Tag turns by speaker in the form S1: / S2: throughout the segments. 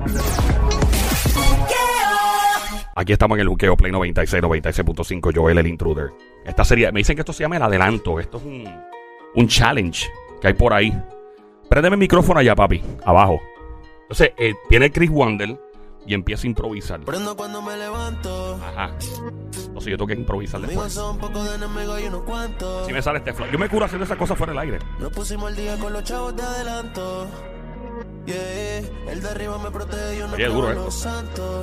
S1: Aquí estamos en el juqueo Play 96, 96.5, Joel el Intruder. Esta serie, me dicen que esto se llama el adelanto. Esto es un challenge que hay por ahí. Préndeme el micrófono allá, papi, abajo. Entonces, viene Chris Wander y empieza a improvisar.
S2: Prendo cuando me levanto.
S1: Ajá. Entonces yo tengo que improvisar después.
S2: Un poco de enemigo y unos cuantos.
S1: Si me sale este flow. Yo me curo haciendo esas cosas fuera del aire.
S2: Nos pusimos al día con los chavos de adelanto. Yeah, el de arriba me protege, yo no
S1: Oye, duro
S2: creo en
S1: esto.
S2: los santos.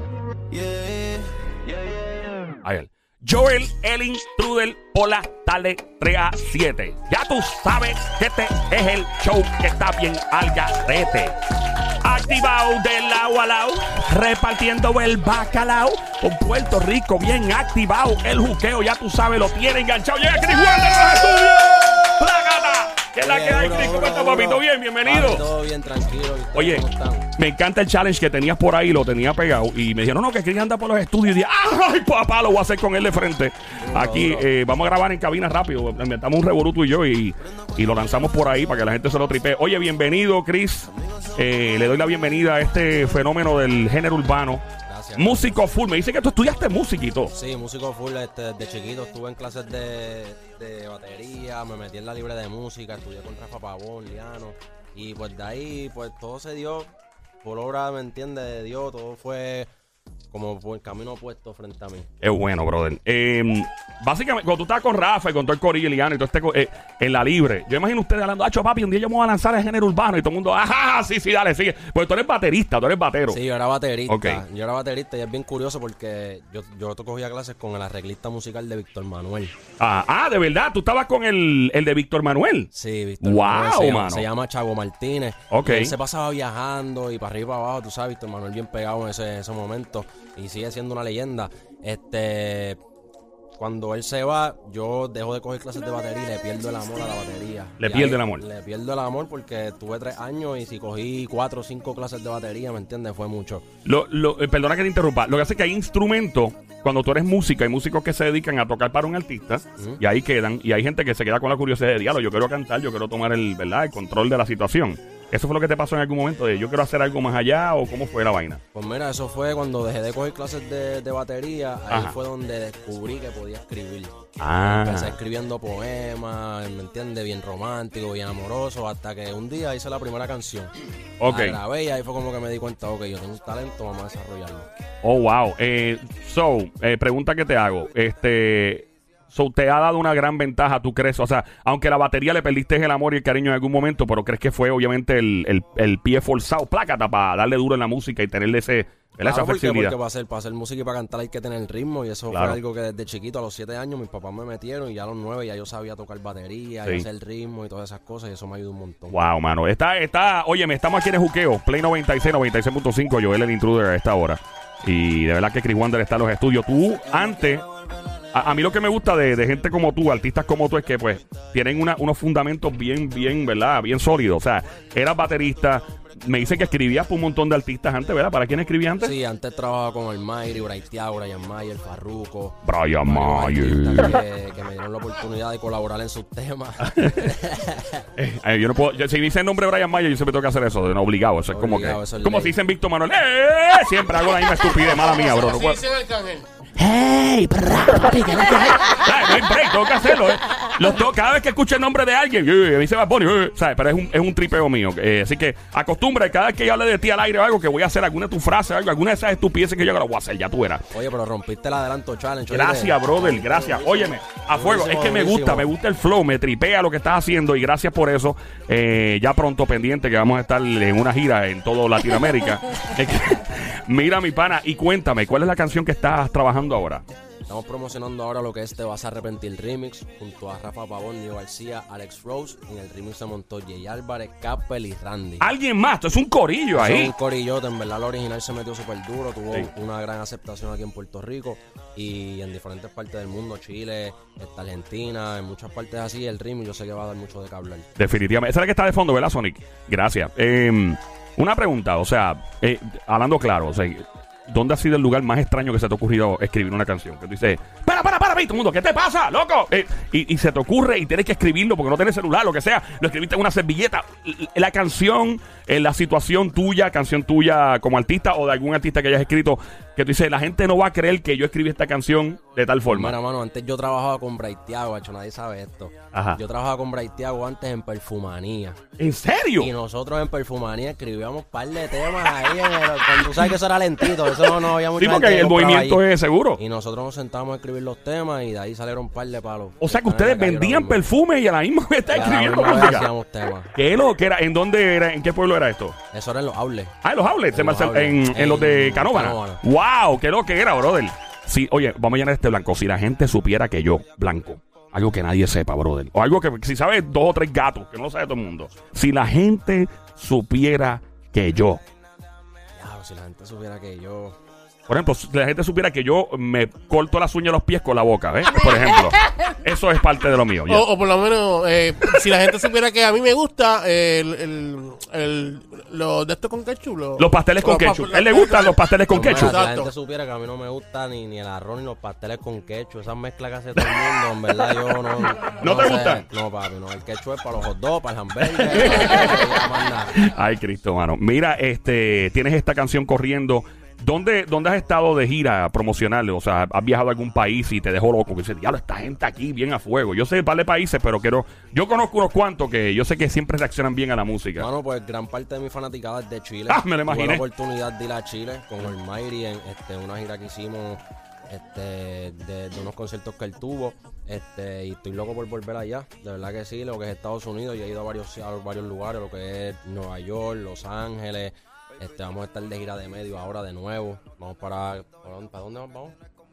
S2: Yeah, yeah.
S1: Ahí. Joel el Intruder por la tarde 3 a 7. Ya tú sabes que este es el show que está bien al garete. Activado del lado a lado, repartiendo el bacalao. Con Puerto Rico bien activado. El juqueo, ya tú sabes, lo tiene enganchado. Llega Chris Wander en los estudios. ¡Plágata! ¿Qué es la que hay, Chris? ¿Cómo estás, papito? Bien, bienvenido.
S3: Vale, todo bien, tranquilo.
S1: Oye,
S3: ¿cómo están?
S1: me encanta el challenge que tenías por ahí, lo tenía pegado. Y me dijeron, no, que Chris anda por los estudios. Y dije, ¡ay, papá! Lo voy a hacer con él de frente. Aquí vamos a grabar en cabina rápido. Inventamos un revolú tú y yo y lo lanzamos por ahí para que la gente se lo tripee. Oye, bienvenido, Chris. Le doy la bienvenida a este fenómeno del género urbano.
S3: Gracias.
S1: Músico full. Me dice que tú estudiaste música y todo.
S3: Sí, músico full. Desde chiquito estuve en clases de batería, me metí en la libre de música, estudié con Rafa Pavón, Liano. Y pues de ahí, pues todo se dio por obra, ¿me entiendes? De Dios, todo fue como por el camino opuesto frente a mí.
S1: Es bueno, brother. Básicamente, cuando tú estabas con Rafa y con todo el corillo y Liano y todo en la libre, yo imagino ustedes hablando, papi, un día yo me voy a lanzar el género urbano y todo el mundo, ajá, sí, dale, sigue. Porque tú eres baterista, tú eres batero.
S3: Sí, yo era baterista.
S1: Ok.
S3: Yo era baterista y es bien curioso porque yo cogía clases con el arreglista musical de Víctor Manuel.
S1: De verdad, tú estabas con el de Víctor Manuel.
S3: Sí, Víctor
S1: Wow,
S3: Manuel
S1: mano.
S3: se llama Chago Martínez.
S1: Ok.
S3: Y él se pasaba viajando y para arriba y para abajo, tú sabes, Víctor Manuel bien pegado en ese momento y sigue siendo una leyenda. Cuando él se va, yo dejo de coger clases de batería y le pierdo el amor a la batería.
S1: Le
S3: Y
S1: pierde
S3: ahí
S1: el amor.
S3: Le pierdo el amor porque tuve 3 años y si cogí 4 o 5 clases de batería, ¿me entiendes? Fue mucho.
S1: Perdona que te interrumpa. Lo que hace es que hay instrumentos, cuando tú eres música, hay músicos que se dedican a tocar para un artista y ahí quedan. Y hay gente que se queda con la curiosidad de diálogo. Yo quiero cantar, yo quiero tomar el control de la situación. ¿Eso fue lo que te pasó en algún momento? De yo quiero hacer algo más allá o cómo fue la vaina?
S3: Pues mira, eso fue cuando dejé de coger clases de batería. Ahí
S1: Ajá.
S3: fue donde descubrí que podía escribir.
S1: Ah.
S3: Empecé escribiendo poemas, ¿me entiendes? Bien romántico, bien amoroso, hasta que un día hice la primera canción.
S1: Ok.
S3: La grabé y ahí fue como que me di cuenta, ok, yo tengo un talento, vamos a desarrollarlo.
S1: Oh, wow. Pregunta que te hago. ¿Te ha dado una gran ventaja, tú crees? O sea, aunque la batería le perdiste el amor y el cariño en algún momento, pero ¿crees que fue obviamente el pie forzado, plácata, para darle duro en la música y tenerle esa
S3: Claro,
S1: flexibilidad?
S3: porque para hacer música y para cantar hay que tener el ritmo y eso
S1: Claro.
S3: fue algo que desde chiquito, a los 7 años, mis papás me metieron y ya a los 9 ya yo sabía tocar batería
S1: Sí.
S3: y hacer el ritmo y todas esas cosas y eso me ayudó un montón.
S1: Wow, mano. Óyeme, estamos aquí en el juqueo, Play 96, 96.5, Joel el Intruder a esta hora. Y de verdad que Chris Wander está en los estudios. Tú, antes... A mí lo que me gusta de gente como tú, artistas como tú, es que pues tienen unos fundamentos bien, ¿verdad? Bien sólidos. O sea, eras baterista. Me dicen que escribías para un montón de artistas antes, ¿verdad? ¿Para quién escribías antes?
S3: Sí, antes trabajaba con el Mayri, Braithiago, Brian Mayer, Farruko.
S1: Brian
S3: varios
S1: Mayer.
S3: artistas que me dieron la oportunidad de colaborar en sus temas.
S1: Yo no puedo, si dice el nombre de Brian Mayer, yo siempre tengo que hacer eso, no, obligado. Eso es como
S3: Obligado,
S1: que.
S3: eso es
S1: Como
S3: ley.
S1: si dicen Víctor Manuel. Siempre hago la misma estupidez, mala mía, bro. No puedo.
S4: ¡Hey! Papi, que no te...
S1: No hay break, tengo que hacerlo, cada vez que escucho el nombre de alguien, a mí se va a poner, ¿sabes? Pero es un tripeo mío. Así que acostumbra, cada vez que yo hable de ti al aire o algo, que voy a hacer alguna de tus frases, alguna de esas estupideces que yo lo voy a hacer, ya tú verás.
S3: Oye, pero rompiste el adelanto challenge.
S1: Gracias, brother, gracias. Óyeme, a fuego, es que me gusta el flow, me tripea lo que estás haciendo y gracias por eso. Ya pronto pendiente que vamos a estar en una gira en todo Latinoamérica. Mira, mi pana, y cuéntame, ¿cuál es la canción que estás trabajando ahora?
S3: Estamos promocionando ahora lo que es Te Vas a Arrepentir Remix junto a Rafa Pavón, Nio García, Alex Rose. En el remix se montó Jay Álvarez, Capel y Randy.
S1: Alguien más, esto es un corillo
S3: Son
S1: ahí.
S3: un corillote, en verdad el original se metió súper duro, tuvo
S1: Sí.
S3: una gran aceptación aquí en Puerto Rico y en diferentes partes del mundo, Chile, Argentina, en muchas partes así, el remix yo sé que va a dar mucho de qué hablar.
S1: Definitivamente. Esa es la que está de fondo, ¿verdad, Sonic? Gracias. Una pregunta, o sea, hablando claro, o sea, ¿dónde ha sido el lugar más extraño que se te ha ocurrido escribir una canción? Que tú dices, para, papi. Todo el mundo, ¿qué te pasa, loco? Y se te ocurre y tienes que escribirlo porque no tienes celular, lo que sea. Lo escribiste en una servilleta. La canción, la situación tuya, canción tuya como artista o de algún artista que hayas escrito, que tú dices, la gente no va a creer que yo escribí esta canción de tal forma.
S3: Mira, mano, antes yo trabajaba con Braithiago, hecho, nadie sabe esto.
S1: Ajá.
S3: Yo trabajaba con Braithiago antes en Perfumanía.
S1: ¿En serio?
S3: Y nosotros en Perfumanía escribíamos un par de temas ahí cuando tú sabes que eso era lentito, eso no había mucha
S1: Sí, porque
S3: gente que
S1: el
S3: compraba
S1: movimiento
S3: allí.
S1: es seguro.
S3: Y nosotros nos sentábamos a escribir los temas y de ahí salieron un par de palos.
S1: O sea que ustedes vendían perfume y a la misma vez está escribiendo música.
S3: Hacíamos temas.
S1: ¿Qué lo que era? ¿En dónde era? ¿En qué pueblo era esto?
S3: Eso era en los outlets.
S1: Ah, en los outlets,
S3: En los outlets.
S1: en los de
S3: En
S1: Canóvana.
S3: Canóvana.
S1: ¡Wow! ¿Qué lo que era, brother? Sí, oye, vamos a llenar este blanco. Si la gente supiera que yo, blanco, algo que nadie sepa, brother. O algo que si sabe 2 o 3 gatos, que no lo sabe todo el mundo. Si la gente supiera que yo,
S3: Ya, si la gente supiera que yo...
S1: por ejemplo, si la gente supiera que yo me corto las uñas de los pies con la boca, ¿ves? Por ejemplo, eso es parte de lo mío. ya.
S5: O por lo menos, si la gente supiera que a mí me gusta los de estos con ketchup.
S1: Los pasteles con ketchup. A él le gustan los pasteles con
S3: Pues mira,
S1: ketchup.
S3: si la
S5: Exacto.
S3: gente supiera que a mí no me gusta ni el arroz ni los pasteles con ketchup, esas mezclas que hace todo el mundo, en verdad yo no...
S1: ¿No te
S3: sé.
S1: gustan?
S3: No, papi, no. El ketchup es para los hot dogs, para el hamburger, para más nada.
S1: Ay, Cristo, mano. Mira, tienes esta canción corriendo. ¿Dónde has estado de gira promocional? O sea, ¿has viajado a algún país y te dejó loco? Que dices, diablo, esta gente aquí bien a fuego. Yo sé un par de países, pero yo conozco unos cuantos que yo sé que siempre reaccionan bien a la música.
S3: Bueno, pues gran parte de mi fanaticada es de Chile.
S1: Ah, me lo imaginé.
S3: Tuve la oportunidad de ir a Chile con Almighty en una gira que hicimos de unos conciertos que él tuvo. Y estoy loco por volver allá. De verdad que sí, lo que es Estados Unidos. Yo he ido a varios lugares, lo que es Nueva York, Los Ángeles. Vamos a estar de gira de medio ahora de nuevo. Vamos ¿para dónde vamos?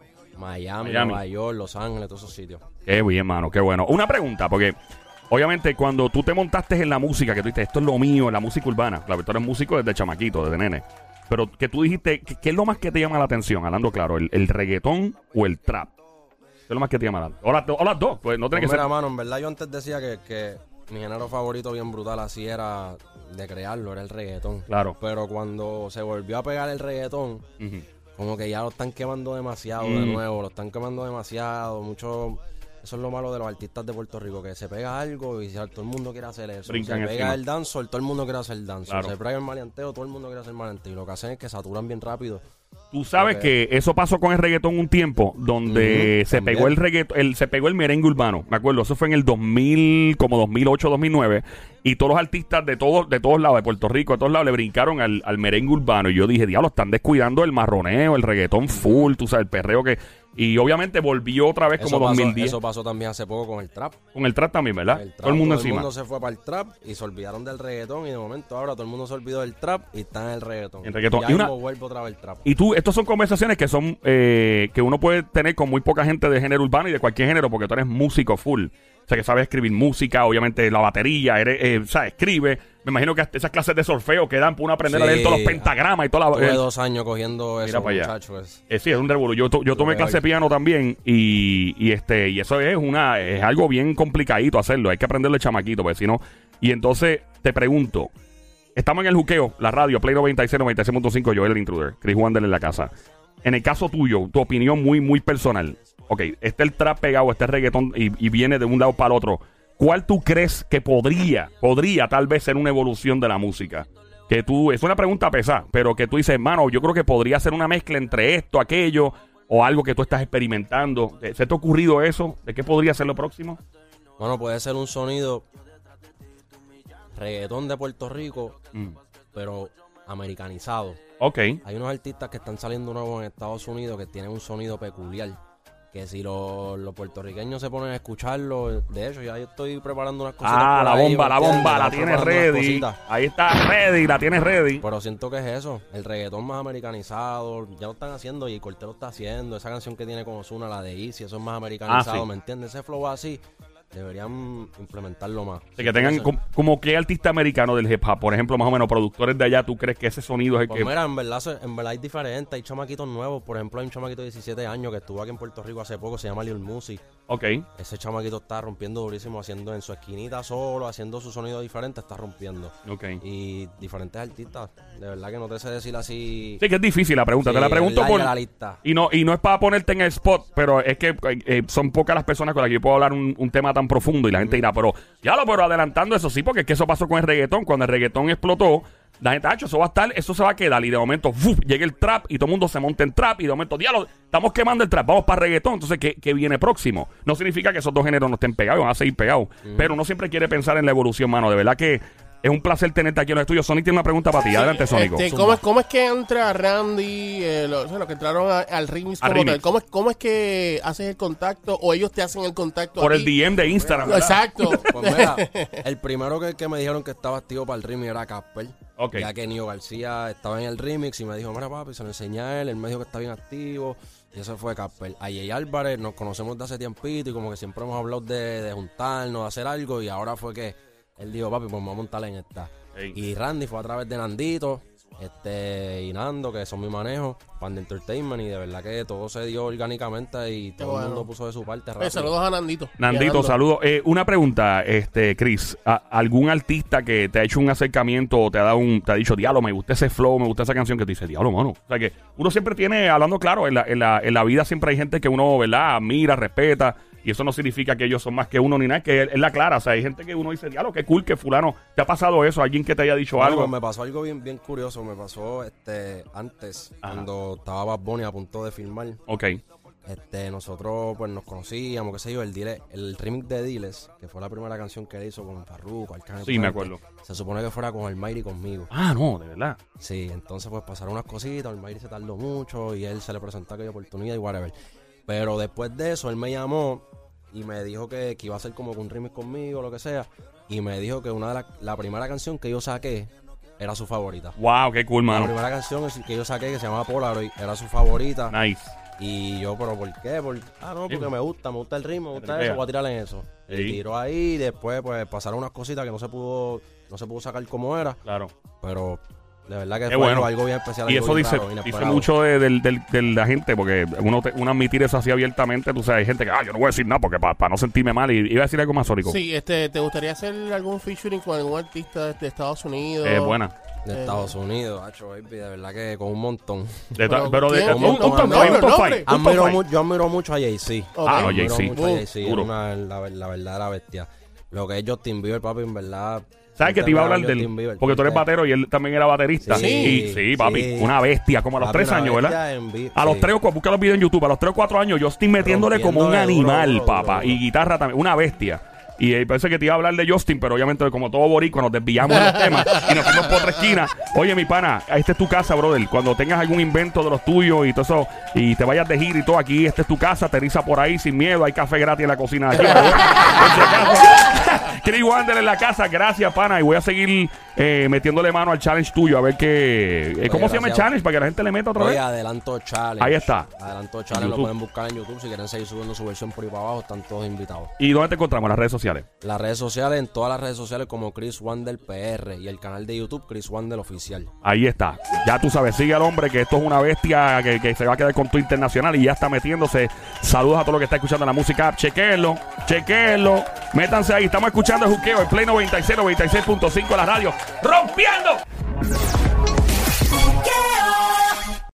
S3: Miami, Nueva York, Los Ángeles, todos esos sitios.
S1: Qué bien, mano, qué bueno. Una pregunta, porque obviamente cuando tú te montaste en la música, que tú dijiste, esto es lo mío, en la música urbana. Claro, tú eres músico desde chamaquito, desde nene. Pero que tú dijiste, ¿qué es lo más que te llama la atención? Hablando claro, ¿el reggaetón o el trap? ¿Qué es lo más que te llama la atención? O las dos, pues no tiene que
S3: Mira,
S1: ser...
S3: mano, en verdad yo antes decía que mi género favorito bien brutal así era de crearlo, era el reggaetón.
S1: Claro.
S3: Pero cuando se volvió a pegar el reggaetón,
S1: Ujú.
S3: como que ya lo están quemando demasiado de nuevo, lo están quemando demasiado, mucho. Eso es lo malo de los artistas de Puerto Rico, que se pega algo y todo el mundo quiere hacer eso.
S1: Brincan
S3: se pega
S1: encima.
S3: el dancehall, todo el mundo quiere hacer el dancehall.
S1: Claro.
S3: Se pega el maleanteo, todo el mundo quiere hacer maleanteo. Y lo que hacen es que saturan bien rápido.
S1: Tú sabes que eso pasó con el reggaetón un tiempo, donde se
S3: también.
S1: pegó el reggaetón, se pegó el merengue urbano, me acuerdo, eso fue en el 2000, como 2008, 2009, y todos los artistas de todos lados, de Puerto Rico, de todos lados, le brincaron al merengue urbano, y yo dije, diablo, están descuidando el marroneo, el reggaetón full, tú sabes, el perreo que... Y obviamente volvió otra vez como 2010.
S3: Eso pasó también hace poco con el trap.
S1: Con el trap también, ¿verdad?
S3: El trap,
S1: todo el mundo encima.
S3: Todo el mundo se fue para el trap y se olvidaron del reggaetón. Y de momento ahora todo el mundo se olvidó del trap y está en el reggaetón.
S1: En reggaetón.
S3: Ya
S1: Y
S3: mismo vuelve otra vez el trap.
S1: Y tú, estos son conversaciones que son que uno puede tener con muy poca gente de género urbano y de cualquier género, porque tú eres músico full. O sea, que sabes escribir música, obviamente la batería, eres, ¿sabes? Escribe. Me imagino que esas clases de solfeo que dan para uno aprender a leer todos los pentagramas y toda la...
S3: Tuve 2 años cogiendo eso,
S1: para allá.
S3: muchachos.
S1: Sí, es un revolú. Yo tomé clase de piano también y eso es algo bien complicadito hacerlo. Hay que aprenderlo de chamaquito, porque si no... Y entonces te pregunto, estamos en el juqueo, la radio, Play 96, 96.5, Joel el Intruder, Chris Wander en la casa. En el caso tuyo, tu opinión muy, muy personal. Ok, el trap pegado, el reggaetón y viene de un lado para el otro. ¿Cuál tú crees que podría tal vez ser una evolución de la música? Que tú, es una pregunta pesada, pero que tú dices, mano, yo creo que podría ser una mezcla entre esto, aquello, o algo que tú estás experimentando. ¿Se te ha ocurrido eso? ¿De qué podría ser lo próximo?
S3: Bueno, puede ser un sonido reggaetón de Puerto Rico, pero americanizado.
S1: Ok.
S3: Hay unos artistas que están saliendo nuevos en Estados Unidos que tienen un sonido peculiar. Que si los puertorriqueños se ponen a escucharlo, de hecho, ya yo estoy preparando unas cositas.
S1: Ah,
S3: por
S1: la
S3: ahí,
S1: bomba,
S3: ¿me
S1: la
S3: entiendes?
S1: bomba, la
S3: Estoy
S1: tienes
S3: preparando unas
S1: ready.
S3: cositas.
S1: Ahí está ready, la tienes ready.
S3: Pero siento que es eso, el reggaetón más americanizado, ya lo están haciendo y Cortés lo está haciendo. Esa canción que tiene con Ozuna, la de Easy, eso es más americanizado,
S1: sí.
S3: ¿me entiendes? Ese flow así, deberían implementarlo más.
S1: De que tengan como qué artista americano del hip hop, por ejemplo, más o menos productores de allá, ¿tú crees que ese sonido es el
S3: Pues
S1: que...
S3: mira, en verdad es diferente, hay chamaquitos nuevos, por ejemplo hay un chamaquito de 17 años que estuvo aquí en Puerto Rico hace poco, se llama Lil Musi,
S1: Ok.
S3: Ese chamaquito está rompiendo durísimo, haciendo en su esquinita solo, haciendo su sonido diferente, está rompiendo.
S1: Ok.
S3: Y diferentes artistas, de verdad que no te sé decir así.
S1: Sí, que es difícil la pregunta.
S3: Sí,
S1: Te la pregunto
S3: larga
S1: por...
S3: la lista.
S1: Y no es para ponerte en el spot, pero es que son pocas las personas con las que yo puedo hablar un tema tan profundo y la gente dirá, pero adelantando eso sí, porque es que eso pasó con el reggaetón. Cuando el reggaetón explotó, la gente, eso se va a quedar. Y de momento, llega el trap y todo el mundo se monta en trap. Y de momento, estamos quemando el trap, vamos para reggaetón. Entonces, ¿qué viene próximo? No significa que esos dos géneros no estén pegados, van a seguir pegados. Pero uno siempre quiere pensar en la evolución, mano. De verdad que es un placer tenerte aquí en los estudios. Sonic tiene una pregunta para ti. Adelante, Sónico.
S5: ¿Cómo es que entra Randy, los que entraron al remix como tal? ¿Cómo es que haces el contacto o ellos te hacen el contacto?
S1: Por
S5: a ti?
S1: el DM de Instagram. ¿verdad?
S5: Exacto.
S3: Pues mira, el primero que me dijeron que estaba activo para el remix era Casper.
S1: Ok.
S3: Ya que Nio García estaba en el remix y me dijo, mira papi, se lo enseñé a él me dijo que está bien activo. Y ese fue Casper. A Jay Álvarez nos conocemos de hace tiempito y como que siempre hemos hablado de juntarnos, de hacer algo. Y ahora fue que él dijo, papi, pues vamos a montar en esta.
S1: Ey.
S3: Y Randy fue a través de Nandito, y Nando, que son mi manejo, Panda Entertainment, y de verdad que todo se dio orgánicamente y todo el mundo puso de su parte rápido.
S5: Saludos a Nandito.
S1: Nandito, saludos. Una pregunta, Chris. ¿Algún artista que te ha hecho un acercamiento o te ha dicho, diablo, me gusta ese flow, me gusta esa canción, que te dice, diablo, mano? O sea que uno siempre tiene, hablando claro, en la vida siempre hay gente que uno, ¿verdad?, admira, respeta. Y eso no significa que ellos son más que uno ni nada, que es la clara. O sea, hay gente que uno dice, diablo, qué cool, que fulano. ¿Te ha pasado eso? ¿Alguien que te haya dicho algo?
S3: Me pasó algo bien curioso. Me pasó antes, cuando estaba Bad Bunny a punto de filmar.
S1: Ok.
S3: Nosotros pues nos conocíamos, qué sé yo, el remix de Diles, que fue la primera canción que él hizo con Farruko, Arcángel.
S1: Sí, me acuerdo.
S3: Se supone que fuera con Almighty conmigo.
S1: Ah, no, de verdad.
S3: Sí, entonces pues pasaron unas cositas, Almighty se tardó mucho y él se le presentó aquella oportunidad y whatever. Pero después de eso, él me llamó y me dijo que iba a hacer como un remix conmigo, lo que sea. Y me dijo que la primera canción que yo saqué era su favorita.
S1: Wow, qué cool,
S3: La
S1: mano.
S3: primera canción que yo saqué, que se llamaba Polaroid, era su favorita.
S1: Nice.
S3: Y yo, ¿pero por qué? Porque me gusta el ritmo, me gusta eso, voy a tirarle en eso.
S1: Sí.
S3: Y tiró ahí, y después pues pasaron unas cositas que no se pudo sacar como era.
S1: Claro.
S3: Pero de verdad que
S1: Qué
S3: fue
S1: bueno.
S3: algo bien especial.
S1: Y
S3: algo
S1: eso
S3: bien raro,
S1: dice
S3: inesperado.
S1: mucho de la gente, porque uno admitir eso así abiertamente, tú sabes, hay gente que, yo no voy a decir nada porque para no sentirme mal. Y iba a decir algo más, Sónico.
S5: Sí, ¿te gustaría hacer algún featuring con algún artista de Estados Unidos?
S1: Buena.
S3: De Estados Unidos, hacho, baby, de verdad que con un montón.
S1: Pero de
S5: ¿quién?
S1: un top
S5: Nombre,
S1: five, un top
S5: nombre.
S1: five.
S3: Yo admiro mucho a Jay-Z.
S5: Ok.
S1: Ah, no,
S3: Admiro
S1: Jay-Z.
S3: mucho a Jay-Z,
S1: Duro.
S3: es la verdadera bestia. Lo que es Justin Bieber, papi, en verdad.
S1: ¿Sabes que te iba a hablar de
S3: Justin
S1: él?
S3: Bieber,
S1: Porque tú eres batero y él también era baterista.
S3: Sí,
S1: Y sí, papi,
S3: sí.
S1: una bestia, como a los
S3: Papi,
S1: 3
S3: una
S1: años,
S3: bestia
S1: ¿verdad?
S3: en
S1: A los
S3: sí.
S1: 3 o 4, busca los videos en YouTube, a los 3 o 4 años yo estoy metiéndole como un
S3: Rompiéndole duro,
S1: animal,
S3: duro,
S1: papá.
S3: duro.
S1: Y guitarra también, una bestia. Y parece que te iba a hablar de Justin, pero obviamente como todo boricua nos desviamos de los temas y nos fuimos por otra esquina. Oye, mi pana, esta es tu casa, brother. Cuando tengas algún invento de los tuyos y todo eso, y te vayas de gira y todo, aquí esta es tu casa, aterriza por ahí sin miedo, hay café gratis en la cocina de aquí. Por si acaso. Chris Wander en la casa, gracias, pana. Y voy a seguir metiéndole mano al challenge tuyo, a ver qué... ¿Cómo se llama el
S3: gracias.
S1: challenge? Para que la gente le meta otra
S3: Oye,
S1: vez.
S3: Adelanto Challenge.
S1: Ahí está.
S3: Adelanto Challenge, lo
S1: YouTube.
S3: pueden buscar en YouTube si quieren seguir subiendo su versión por ahí para abajo, están todos invitados.
S1: ¿Y dónde te encontramos? En las redes sociales.
S3: Las redes sociales, en todas las redes sociales como Chris Wander PR y el canal de YouTube Chris Wander Oficial.
S1: Ahí está. Ya tú sabes, sigue al hombre que esto es una bestia que se va a quedar con tu internacional y ya está metiéndose. Saludos a todo lo que está escuchando la música. Chequenlo. Métanse ahí. Estamos escuchando el juqueo, el Play 96, 96.5 de la radio. ¡Rompiendo!